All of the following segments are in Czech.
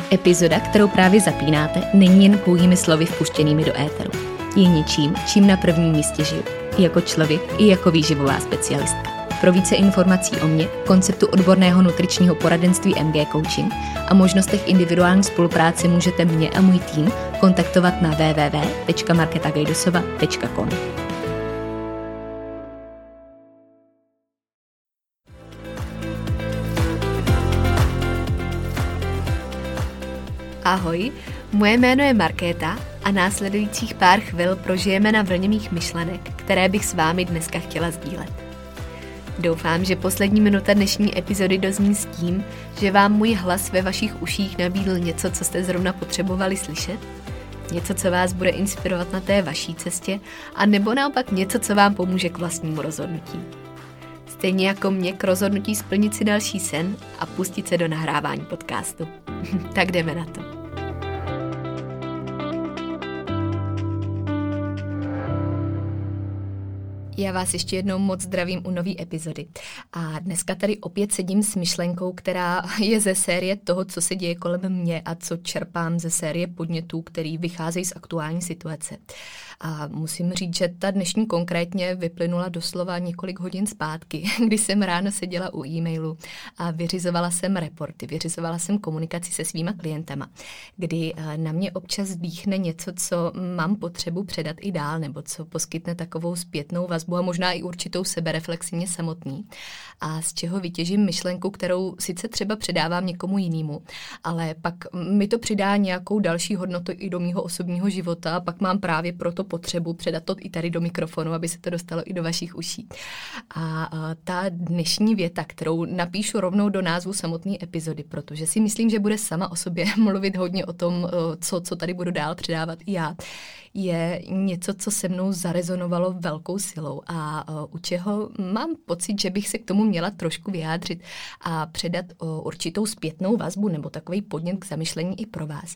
Epizoda, kterou právě zapínáte, není jen pouhými slovy vpuštěnými do éteru. Je něčím, čím na prvním místě žiju. I jako člověk, i jako výživová specialistka. Pro více informací o mně, konceptu odborného nutričního poradenství MG Coaching a možnostech individuální spolupráce můžete mě a můj tým kontaktovat na www.marketagajdosova.com. Ahoj, moje jméno je Markéta a následujících pár chvil prožijeme na vlně mých myšlenek, které bych s vámi dneska chtěla sdílet. Doufám, že poslední minuta dnešní epizody dozní s tím, že vám můj hlas ve vašich uších nabídl něco, co jste zrovna potřebovali slyšet, něco, co vás bude inspirovat na té vaší cestě, a nebo naopak něco, co vám pomůže k vlastnímu rozhodnutí. Stejně jako mě k rozhodnutí splnit si další sen a pustit se do nahrávání podcastu. Tak jdeme na to. Já vás ještě jednou moc zdravím u nové epizody. A dneska tady opět sedím s myšlenkou, která je ze série toho, co se děje kolem mě a co čerpám ze série podnětů, který vycházejí z aktuální situace. A musím říct, že ta dnešní konkrétně vyplynula doslova několik hodin zpátky, kdy jsem ráno seděla u e-mailu a vyřizovala jsem reporty, vyřizovala jsem komunikaci se svýma klientama, kdy na mě občas dýchne něco, co mám potřebu předat i dál, nebo co poskytne takovou zpětnou vazbu a možná i určitou sebereflexi mě samotný. A z čeho vytěžím myšlenku, kterou sice třeba předávám někomu jinému, ale pak mi to přidá nějakou další hodnotu i do mýho osobního života a pak mám právě proto potřebu předat to i tady do mikrofonu, aby se to dostalo i do vašich uší. A ta dnešní věta, kterou napíšu rovnou do názvu samotné epizody, protože si myslím, že bude sama o sobě mluvit hodně o tom, co tady budu dál předávat i já, je něco, co se mnou zarezonovalo velkou silou a u čeho mám pocit, že bych se k tomu měla trošku vyjádřit a předat určitou zpětnou vazbu nebo takový podnět k zamyšlení i pro vás.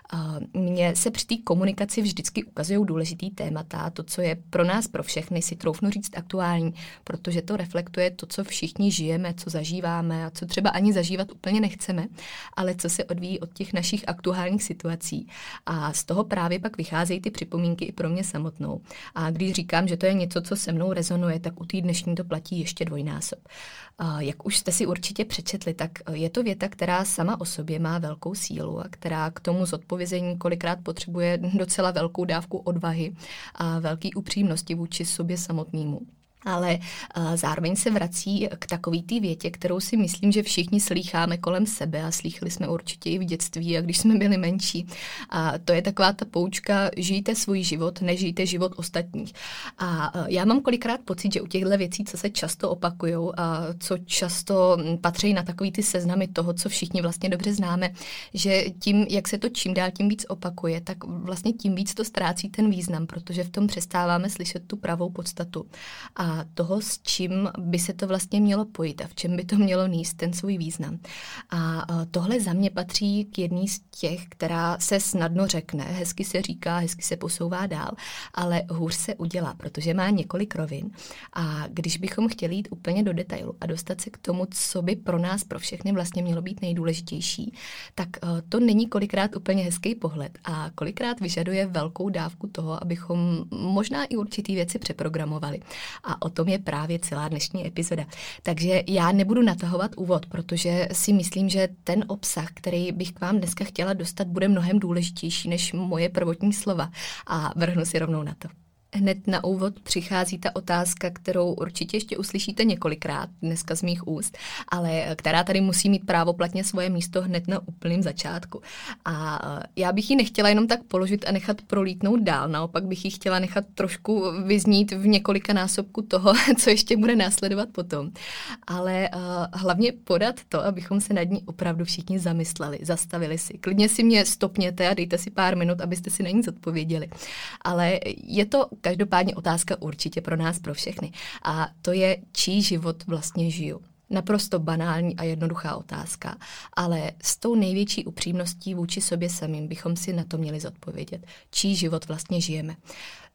Mně se při té komunikaci vždycky ukazují důležitý témata, to, co je pro nás, pro všechny, si troufnu říct aktuální, protože to reflektuje to, co všichni žijeme, co zažíváme a co třeba ani zažívat úplně nechceme, ale co se odvíjí od těch našich aktuálních situací. A z toho právě pak vycházejí ty připomínky i pro mě samotnou. A když říkám, že to je něco, co se mnou rezonuje, tak u té dnešní to platí ještě dvojnásob. Jak už jste si určitě přečetli, tak je to věta, která sama o sobě má velkou sílu a která k tomu zodpovězení kolikrát potřebuje docela velkou dávku odvahy a velký upřímnosti vůči sobě samotnému. Ale zároveň se vrací k takový té větě, kterou si myslím, že všichni slýcháme kolem sebe a slýchali jsme určitě i v dětství a když jsme byli menší. A to je taková ta poučka, žijte svůj život, nežijte život ostatních. A já mám kolikrát pocit, že u těchto věcí, co se často opakujou a co často patří na takový ty seznamy toho, co všichni vlastně dobře známe, že tím, jak se to čím dál tím víc opakuje, tak vlastně tím víc to ztrácí ten význam, protože v tom přestáváme slyšet tu pravou podstatu. A toho, s čím by se to vlastně mělo pojít a v čem by to mělo nést ten svůj význam. A tohle za mě patří k jedný z těch, která se snadno řekne, hezky se říká, hezky se posouvá dál, ale hůř se udělá, protože má několik rovin. A když bychom chtěli jít úplně do detailu a dostat se k tomu, co by pro nás, pro všechny vlastně mělo být nejdůležitější, tak to není kolikrát úplně hezký pohled a kolikrát vyžaduje velkou dávku toho, abychom možná i určitý věci přeprogramovali. A o tom je právě celá dnešní epizoda. Takže já nebudu natahovat úvod, protože si myslím, že ten obsah, který bych k vám dneska chtěla dostat, bude mnohem důležitější než moje prvotní slova. A vrhnu si rovnou na to. Hned na úvod přichází ta otázka, kterou určitě ještě uslyšíte několikrát dneska z mých úst, ale která tady musí mít právoplatně svoje místo hned na úplném začátku. A já bych ji nechtěla jenom tak položit a nechat prolítnout dál, naopak bych ji chtěla nechat trošku vyznít v několika násobku toho, co ještě bude následovat potom. Ale hlavně podat to, abychom se nad ní opravdu všichni zamysleli, zastavili si. Klidně si mě stopněte a dejte si pár minut, abyste si na ní odpověděli. Ale je to každopádně otázka určitě pro nás, pro všechny. A to je, čí život vlastně žiju. Naprosto banální a jednoduchá otázka, ale s tou největší upřímností vůči sobě samým bychom si na to měli zodpovědět. Čí život vlastně žijeme.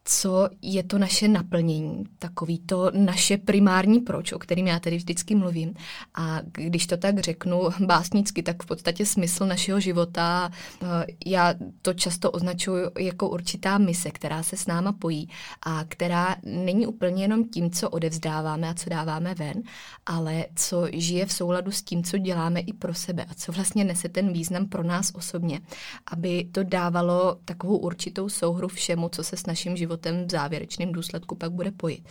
co je to naše naplnění, takový to naše primární proč, o kterým já tady vždycky mluvím. A když to tak řeknu básnicky, tak v podstatě smysl našeho života, já to často označuji jako určitá mise, která se s náma pojí a která není úplně jenom tím, co odevzdáváme a co dáváme ven, ale co žije v souladu s tím, co děláme i pro sebe a co vlastně nese ten význam pro nás osobně, aby to dávalo takovou určitou souhru všemu, co se s naším životem v závěrečném důsledku pak bude pojit.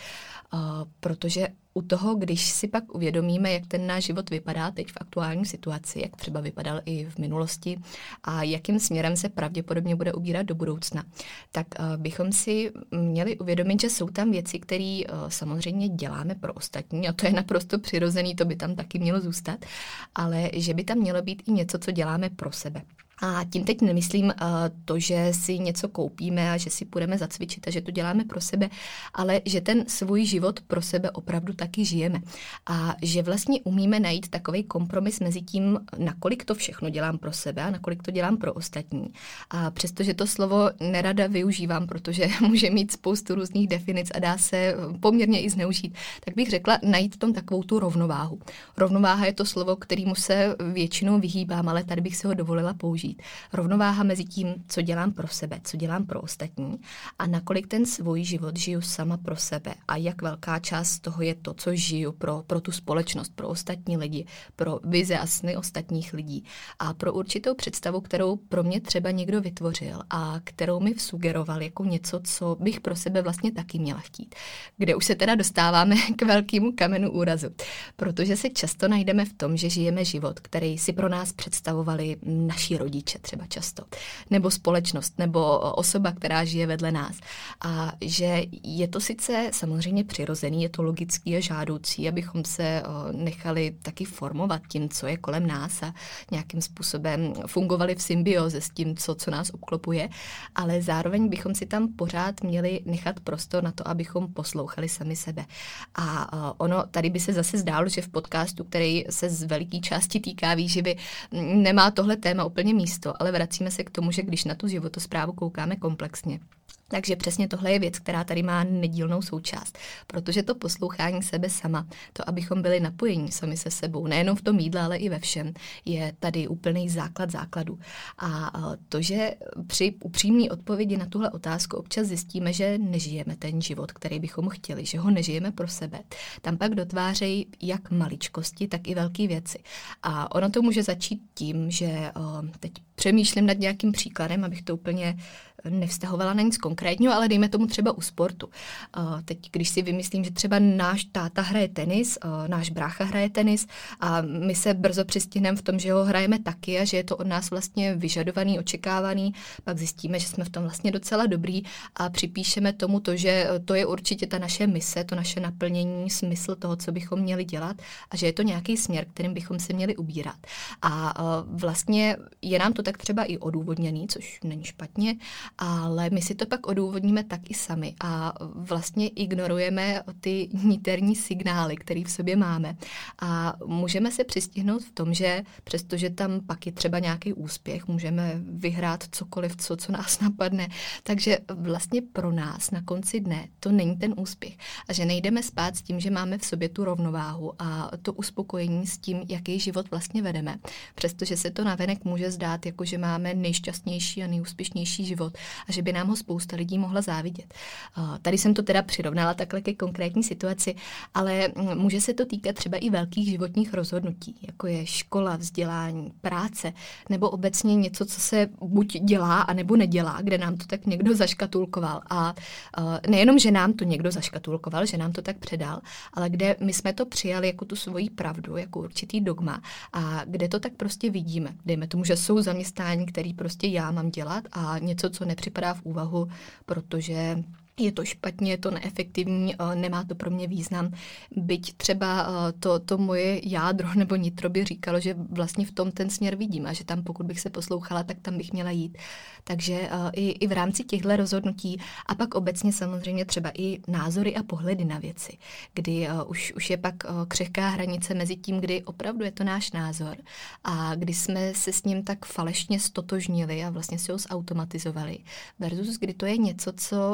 Protože u toho, když si pak uvědomíme, jak ten náš život vypadá teď v aktuální situaci, jak třeba vypadal i v minulosti a jakým směrem se pravděpodobně bude ubírat do budoucna, tak bychom si měli uvědomit, že jsou tam věci, které samozřejmě děláme pro ostatní a to je naprosto přirozený, to by tam taky mělo zůstat, ale že by tam mělo být i něco, co děláme pro sebe. A tím teď nemyslím to, že si něco koupíme a že si půjdeme zacvičit a že to děláme pro sebe, ale že ten svůj život pro sebe opravdu taky žijeme. A že vlastně umíme najít takový kompromis mezi tím, nakolik to všechno dělám pro sebe a nakolik to dělám pro ostatní. A přestože to slovo nerada využívám, protože může mít spoustu různých definic a dá se poměrně i zneužít, tak bych řekla najít v tom takovou tu rovnováhu. Rovnováha je to slovo, kterému se většinou vyhýbám, ale tady bych si ho dovolila použít. Rovnováha mezi tím, co dělám pro sebe, co dělám pro ostatní a nakolik ten svůj život žiju sama pro sebe a jak velká část toho je to, co žiju pro tu společnost, pro ostatní lidi, pro vize a sny ostatních lidí a pro určitou představu, kterou pro mě třeba někdo vytvořil a kterou mi vsugeroval jako něco, co bych pro sebe vlastně taky měla chtít. Kde už se teda dostáváme k velkému kamenu úrazu, protože se často najdeme v tom, že žijeme život, který si pro nás představovali naši rodiče třeba často, nebo společnost, nebo osoba, která žije vedle nás. A že je to sice samozřejmě přirozený, je to logický a žádoucí, abychom se nechali taky formovat tím, co je kolem nás a nějakým způsobem fungovali v symbioze s tím, co nás obklopuje, ale zároveň bychom si tam pořád měli nechat prostor na to, abychom poslouchali sami sebe. A ono tady by se zase zdálo, že v podcastu, který se z veliké části týká výživy, nemá tohle téma úplně místo, ale vracíme se k tomu, že když na tu životosprávu koukáme komplexně. Takže přesně tohle je věc, která tady má nedílnou součást, protože to poslouchání sebe sama, to, abychom byli napojení sami se sebou, nejenom v tom jídle, ale i ve všem, je tady úplný základ základu. A to, že při upřímné odpovědi na tuhle otázku občas zjistíme, že nežijeme ten život, který bychom chtěli, že ho nežijeme pro sebe, tam pak dotvářejí jak maličkosti, tak i velké věci. A ono to může začít tím, že teď přemýšlím nad nějakým příkladem, abych to úplně nevztahovala na nic konkrétního, ale dejme tomu třeba u sportu. Teď, když si vymyslím, že třeba náš táta hraje tenis, náš brácha hraje tenis a my se brzo přistihneme v tom, že ho hrajeme taky a že je to od nás vlastně vyžadovaný, očekávaný, pak zjistíme, že jsme v tom vlastně docela dobrý a připíšeme tomu to, že to je určitě ta naše mise, to naše naplnění, smysl toho, co bychom měli dělat a že je to nějaký směr, kterým bychom se měli ubírat. A vlastně je nám to tak třeba i odůvodněný, což není špatně, ale my si to pak odůvodníme tak i sami a vlastně ignorujeme ty niterní signály, které v sobě máme. A můžeme se přistihnout v tom, že přestože tam pak je třeba nějaký úspěch, můžeme vyhrát cokoliv, co nás napadne, takže vlastně pro nás na konci dne to není ten úspěch. A že nejdeme spát s tím, že máme v sobě tu rovnováhu a to uspokojení s tím, jaký život vlastně vedeme. Přestože se to navenek může zdát, jako že máme nejšťastnější a nejúspěšnější život a že by nám ho spousta lidí mohla závidět. Tady jsem to teda přirovnala takhle ke konkrétní situaci, ale může se to týkat třeba i velkých životních rozhodnutí, jako je škola, vzdělání, práce, nebo obecně něco, co se buď dělá, anebo nedělá, kde nám to tak někdo zaškatulkoval. A nejenom, že nám to někdo zaškatulkoval, že nám to tak předal, ale kde my jsme to přijali jako tu svoji pravdu, jako určitý dogma a kde to tak prostě vidíme. Dejme tomu, že jsou zaměstnání, který prostě já mám dělat a něco, co nepřipadá v úvahu, protože je to špatně, je to neefektivní, nemá to pro mě význam. Byť třeba to moje jádro nebo nitro by říkalo, že vlastně v tom ten směr vidím a že tam pokud bych se poslouchala, tak tam bych měla jít. Takže i v rámci těchto rozhodnutí a pak obecně samozřejmě třeba i názory a pohledy na věci, kdy už je pak křehká hranice mezi tím, kdy opravdu je to náš názor a kdy jsme se s ním tak falešně stotožnili a vlastně si ho zautomatizovali versus kdy to je něco, co pro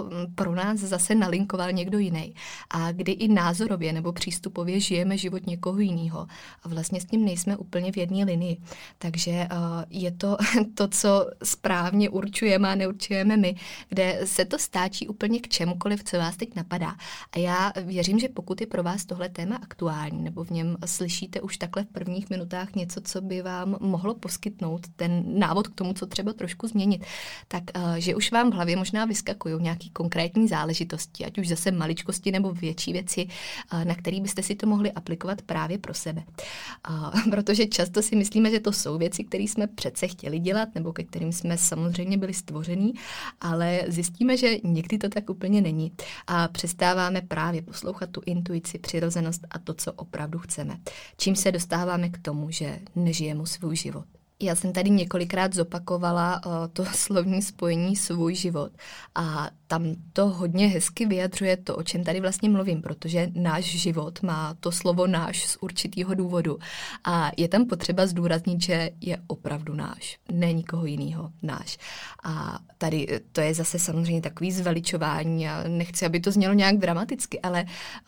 pro nás zase nalinkoval někdo jiný. A kdy i názorově nebo přístupově žijeme život někoho jiného a vlastně s ním nejsme úplně v jedné linii. Takže je to to, co správně určujeme a neurčujeme my, kde se to stáčí úplně k čemukoliv, co vás teď napadá. A já věřím, že pokud je pro vás tohle téma aktuální, nebo v něm slyšíte už takhle v prvních minutách něco, co by vám mohlo poskytnout ten návod k tomu, co třeba trošku změnit, tak že už vám v hlavě možná vyskakují nějaký konkrétní záležitosti, ať už zase maličkosti nebo větší věci, na které byste si to mohli aplikovat právě pro sebe. Protože často si myslíme, že to jsou věci, které jsme přece chtěli dělat, nebo ke kterým jsme samozřejmě byli stvoření, ale zjistíme, že někdy to tak úplně není. A přestáváme právě poslouchat tu intuici, přirozenost a to, co opravdu chceme. Čím se dostáváme k tomu, že nežijeme svůj život. Já jsem tady několikrát zopakovala to slovní spojení svůj život a tam to hodně hezky vyjadřuje to, o čem tady vlastně mluvím, protože náš život má to slovo náš z určitého důvodu a je tam potřeba zdůraznit, že je opravdu náš, ne nikoho jiného náš. A tady to je zase samozřejmě takový zveličování a nechci, aby to znělo nějak dramaticky, ale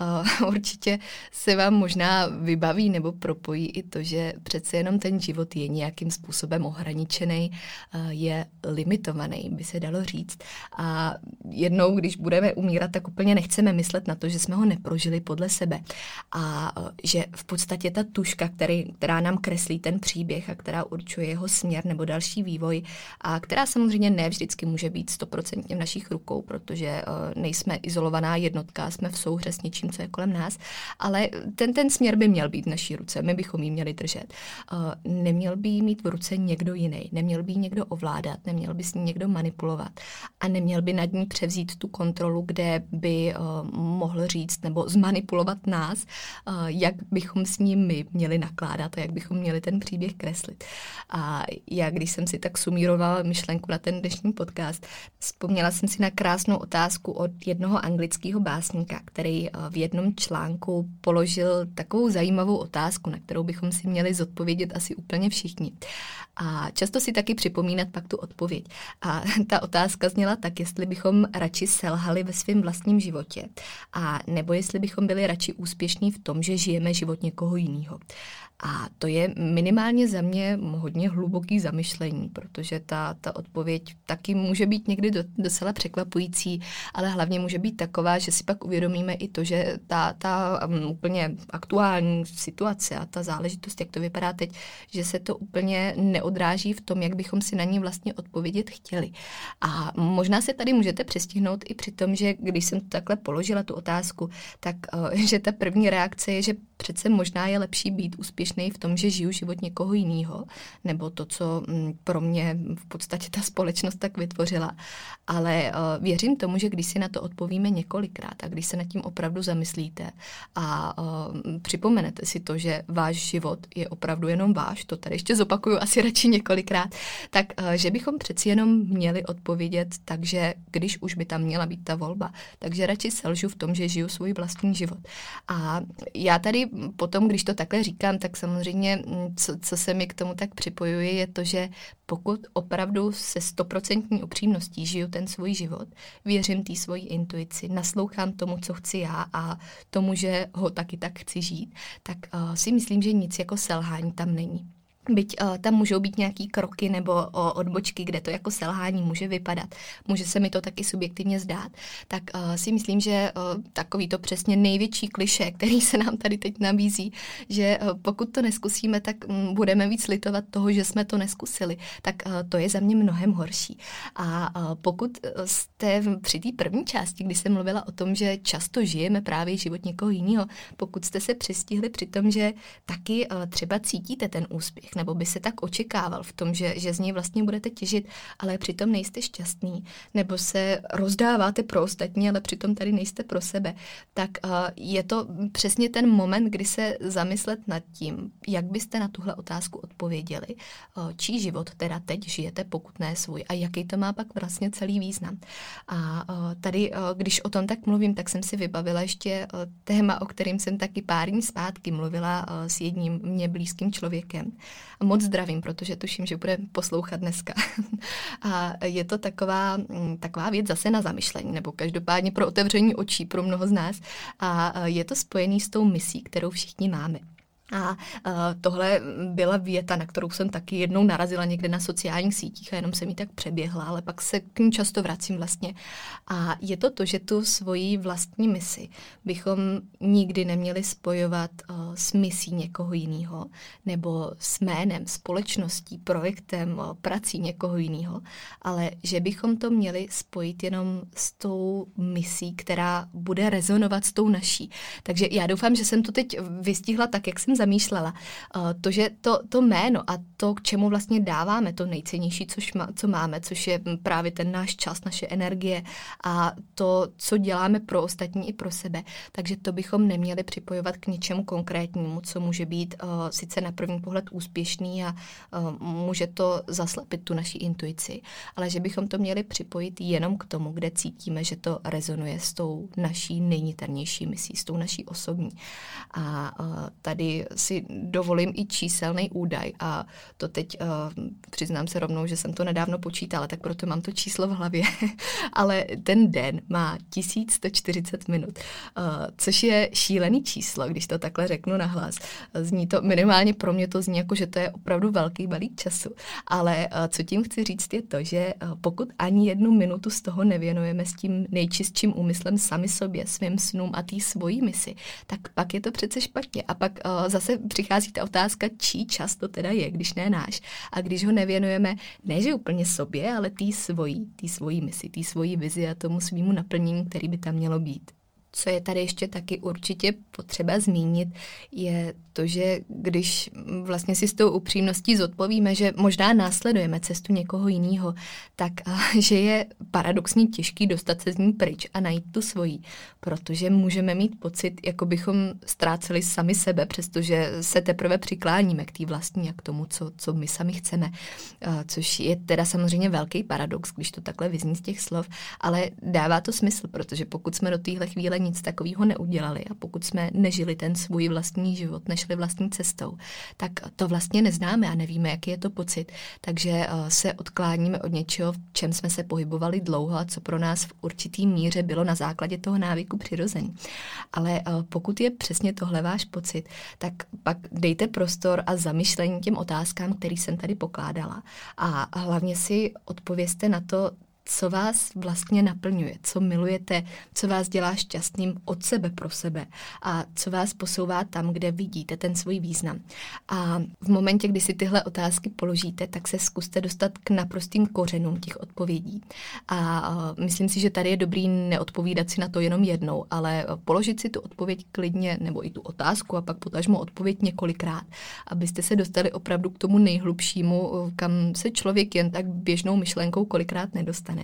určitě se vám možná vybaví nebo propojí i to, že přece jenom ten život je nějakým způsobem ohraničený, je limitovaný, by se dalo říct. A jednou, když budeme umírat, tak úplně nechceme myslet na to, že jsme ho neprožili podle sebe. A že v podstatě ta tužka, která nám kreslí ten příběh a která určuje jeho směr nebo další vývoj, a která samozřejmě ne vždycky může být 100% v našich rukou, protože nejsme izolovaná jednotka, jsme v souhře s něčím, co je kolem nás, ale ten směr by měl být v naší ruce, my bychom ji měli držet. Neměl by jí mít v ruce někdo jiný, neměl by ji někdo ovládat, neměl by s ní někdo manipulovat a neměl by nad ní převzít tu kontrolu, kde by mohl říct nebo zmanipulovat nás, jak bychom s ním my měli nakládat a jak bychom měli ten příběh kreslit. A já, když jsem si tak sumírovala myšlenku na ten dnešní podcast, vzpomněla jsem si na krásnou otázku od jednoho anglického básníka, který v jednom článku položil takovou zajímavou otázku, na kterou bychom si měli zodpovědět asi úplně všichni. A často si taky připomínat pak tu odpověď. A ta otázka zněla tak, jestli bychom radši selhali ve svém vlastním životě, a nebo jestli bychom byli radši úspěšní v tom, že žijeme život někoho jiného. A to je minimálně za mě hodně hluboký zamyšlení, protože ta odpověď taky může být někdy docela překvapující, ale hlavně může být taková, že si pak uvědomíme i to, že ta úplně aktuální situace a ta záležitost, jak to vypadá teď, že se to úplně neodráží v tom, jak bychom si na ní vlastně odpovědět chtěli. A možná se tady můžete přestihnout i při tom, že když jsem takhle položila tu otázku, tak že ta první reakce je, že přece možná je lepší být úspěšný v tom, že žiju život někoho jiného, nebo to, co pro mě v podstatě ta společnost tak vytvořila. Ale věřím tomu, že když si na to odpovíme několikrát a když se nad tím opravdu zamyslíte a připomenete si to, že váš život je opravdu jenom váš, to tady ještě zopakuju asi radši několikrát, tak že bychom přeci jenom měli odpovědět, takže když už by tam měla být ta volba, takže radši selžu v tom, že žiju svůj vlastní život. A já tady potom, když to takhle říkám, tak samozřejmě, co se mi k tomu tak připojuje, je to, že pokud opravdu se 100% upřímností žiju ten svůj život, věřím té svojí intuici, naslouchám tomu, co chci já a tomu, že ho taky tak chci žít, tak si myslím, že nic jako selhání tam není. Byť tam můžou být nějaký kroky nebo odbočky, kde to jako selhání může vypadat. Může se mi to taky subjektivně zdát. Tak si myslím, že takový to přesně největší klišé, který se nám tady teď nabízí, že pokud to neskusíme, tak budeme víc litovat toho, že jsme to neskusili. Tak to je za mě mnohem horší. A pokud jste při té první části, kdy jsem mluvila o tom, že často žijeme právě život někoho jiného, pokud jste se přistihli při tom, že taky třeba cítíte ten úspěch, nebo by se tak očekával v tom, že z něj vlastně budete těžit, ale přitom nejste šťastný, nebo se rozdáváte pro ostatní, ale přitom tady nejste pro sebe, tak je to přesně ten moment, kdy se zamyslet nad tím, jak byste na tuhle otázku odpověděli, čí život teda teď žijete, pokud ne svůj, a jaký to má pak vlastně celý význam. A tady, když o tom tak mluvím, tak jsem si vybavila ještě téma, o kterém jsem taky pár dní zpátky mluvila s jedním mně blízkým člověkem. moc zdravím, protože tuším, že bude poslouchat dneska. A je to taková věc zase na zamyšlení, nebo každopádně pro otevření očí pro mnoho z nás. A je to spojený s tou misí, kterou všichni máme. A tohle byla věta, na kterou jsem taky jednou narazila někde na sociálních sítích a jenom jsem jí tak přeběhla, ale pak se k ní často vracím vlastně. A je to, že tu svoji vlastní misi bychom nikdy neměli spojovat s misí někoho jiného, nebo s jménem, společností, projektem, prací někoho jiného, ale že bychom to měli spojit jenom s tou misí, která bude rezonovat s tou naší. Takže já doufám, že jsem to teď vystihla tak, jak jsem zamýšlela. To, že to jméno a to, k čemu vlastně dáváme to nejcennější, co máme, což je právě ten náš čas, naše energie a to, co děláme pro ostatní i pro sebe. Takže to bychom neměli připojovat k něčemu konkrétnímu, co může být sice na první pohled úspěšný a může to zaslepit tu naši intuici, ale že bychom to měli připojit jenom k tomu, kde cítíme, že to rezonuje s tou naší nejniternější misí, s tou naší osobní. A tady si dovolím i číselný údaj a to teď přiznám se rovnou, že jsem to nedávno počítala, tak proto mám to číslo v hlavě, ale ten den má 1140 minut, což je šílený číslo, když to takhle řeknu nahlas. Zní to, minimálně pro mě to zní jako, že to je opravdu velký balík času, ale co tím chci říct je to, že pokud ani 1 minutu z toho nevěnujeme s tím nejčistším úmyslem sami sobě, svým snům a té svojí misi, tak pak je to přece špatně a pak zase přichází ta otázka, čí čas to teda je, když ne náš. A když ho nevěnujeme, ne že úplně sobě, ale té svojí misi, té svojí vizi a tomu svýmu naplnění, který by tam mělo být. Co je tady ještě taky určitě potřeba zmínit, je to, že když vlastně si s tou upřímností zodpovíme, že možná následujeme cestu někoho jiného, tak že je paradoxně těžký dostat se z ní pryč a najít tu svoji, protože můžeme mít pocit, jako bychom ztráceli sami sebe, přestože se teprve přikláníme k té vlastní a k tomu, co my sami chceme, což je teda samozřejmě velký paradox, když to takhle vyzní z těch slov, ale dává to smysl, protože pokud jsme do téhle chvíle nic takového neudělali a pokud jsme nežili ten svůj vlastní život, nešli vlastní cestou, tak to vlastně neznáme a nevíme, jaký je to pocit. Takže se odkláníme od něčeho, v čem jsme se pohybovali dlouho a co pro nás v určitý míře bylo na základě toho návyku přirozený. Ale pokud je přesně tohle váš pocit, tak pak dejte prostor a zamyšlení těm otázkám, který jsem tady pokládala. A hlavně si odpovězte na to, co vás vlastně naplňuje, co milujete, co vás dělá šťastným od sebe pro sebe a co vás posouvá tam, kde vidíte ten svůj význam. A v momentě, kdy si tyhle otázky položíte, tak se zkuste dostat k naprostým kořenům těch odpovědí. A myslím si, že tady je dobrý neodpovídat si na to jenom jednou, ale položit si tu odpověď klidně, nebo i tu otázku a pak potažmo odpověď několikrát, abyste se dostali opravdu k tomu nejhlubšímu, kam se člověk jen tak běžnou myšlenkou kolikrát nedostane.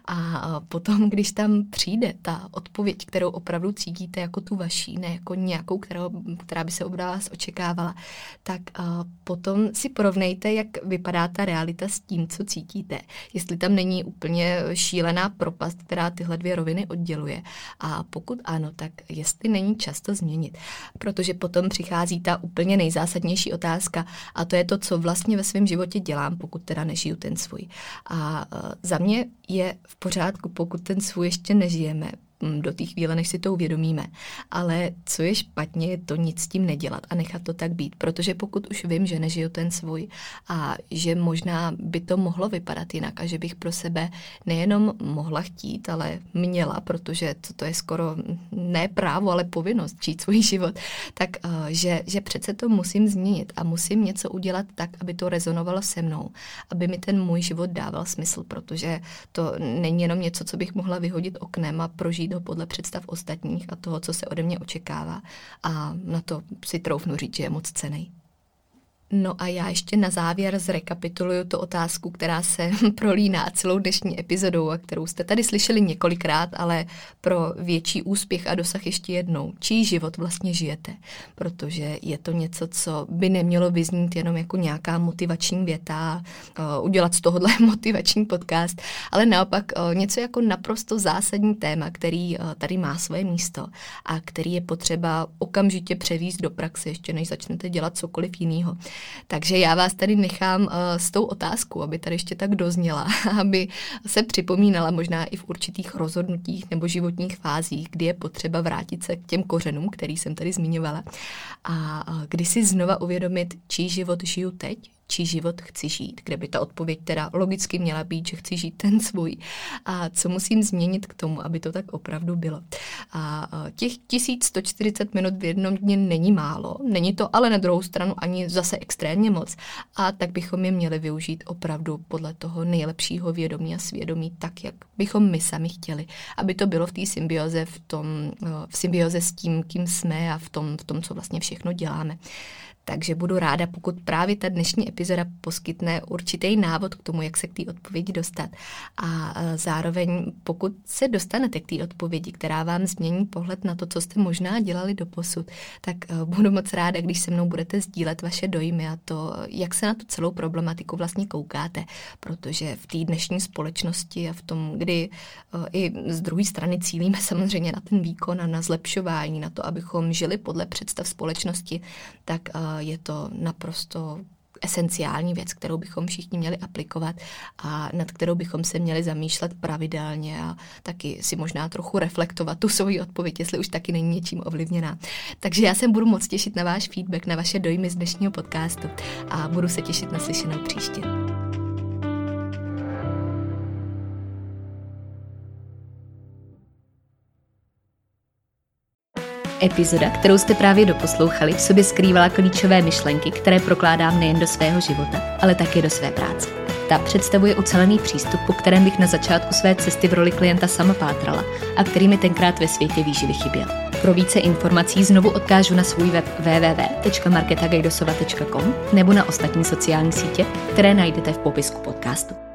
A potom, když tam přijde ta odpověď, kterou opravdu cítíte jako tu vaší, ne jako nějakou, která by se od vás očekávala, tak potom si porovnejte, jak vypadá ta realita s tím, co cítíte. Jestli tam není úplně šílená propast, která tyhle dvě roviny odděluje. A pokud ano, tak jestli není čas to změnit. Protože potom přichází ta úplně nejzásadnější otázka a to je to, co vlastně ve svém životě dělám, pokud teda nežiju ten svůj. A za mě je v pořádku, pokud ten svůj ještě nežijeme do té chvíle, než si to uvědomíme. Ale co je špatně, je to nic s tím nedělat a nechat to tak být. Protože pokud už vím, že nežiju ten svůj a že možná by to mohlo vypadat jinak a že bych pro sebe nejenom mohla chtít, ale měla, protože to je skoro ne právo, ale povinnost žít svůj život, tak že přece to musím změnit a musím něco udělat tak, aby to rezonovalo se mnou, aby mi ten můj život dával smysl, protože to není jenom něco, co bych mohla vyhodit oknem a prožít ho podle představ ostatních a toho, co se ode mě očekává. A na to si troufnu říct, že je moc cenný. No a já ještě na závěr zrekapituluju tu otázku, která se prolíná celou dnešní epizodou a kterou jste tady slyšeli několikrát, ale pro větší úspěch a dosah ještě jednou. Čí život vlastně žijete? Protože je to něco, co by nemělo vyznít jenom jako nějaká motivační věta, udělat z tohohle motivační podcast, ale naopak něco jako naprosto zásadní téma, který tady má svoje místo a který je potřeba okamžitě převést do praxe, ještě než začnete dělat cokoliv jiného. Takže já vás tady nechám s tou otázkou, aby tady ještě tak dozněla, aby se připomínala možná i v určitých rozhodnutích nebo životních fázích, kdy je potřeba vrátit se k těm kořenům, který jsem tady zmiňovala, a kdy si znova uvědomit, čí život žiju teď, čí život chci žít, kde by ta odpověď teda logicky měla být, že chci žít ten svůj. A co musím změnit k tomu, aby to tak opravdu bylo. A těch 1140 minut v jednom dni není málo, není to ale na druhou stranu ani zase extrémně moc. A tak bychom je měli využít opravdu podle toho nejlepšího vědomí a svědomí, tak, jak bychom my sami chtěli. Aby to bylo v té symbioze, v symbioze s tím, kým jsme a v tom, co vlastně všechno děláme. Takže budu ráda, pokud právě ta dnešní epizoda poskytne určitý návod k tomu, jak se k té odpovědi dostat. A zároveň, pokud se dostanete k té odpovědi, která vám změní pohled na to, co jste možná dělali doposud, tak budu moc ráda, když se mnou budete sdílet vaše dojmy a to, jak se na tu celou problematiku vlastně koukáte. Protože v té dnešní společnosti a v tom, kdy i z druhé strany cílíme samozřejmě na ten výkon a na zlepšování, na to, abychom žili podle představ společnosti, tak je to naprosto esenciální věc, kterou bychom všichni měli aplikovat a nad kterou bychom se měli zamýšlet pravidelně a taky si možná trochu reflektovat tu svoji odpověď, jestli už taky není něčím ovlivněná. Takže já se budu moc těšit na váš feedback, na vaše dojmy z dnešního podcastu a budu se těšit na slyšenou příště. Epizoda, kterou jste právě doposlouchali, v sobě skrývala klíčové myšlenky, které prokládám nejen do svého života, ale také do své práce. Ta představuje ucelený přístup, po kterém bych na začátku své cesty v roli klienta sama pátrala a který mi tenkrát ve světě výživy chyběl. Pro více informací znovu odkážu na svůj web www.marketagajdosova.com nebo na ostatní sociální sítě, které najdete v popisku podcastu.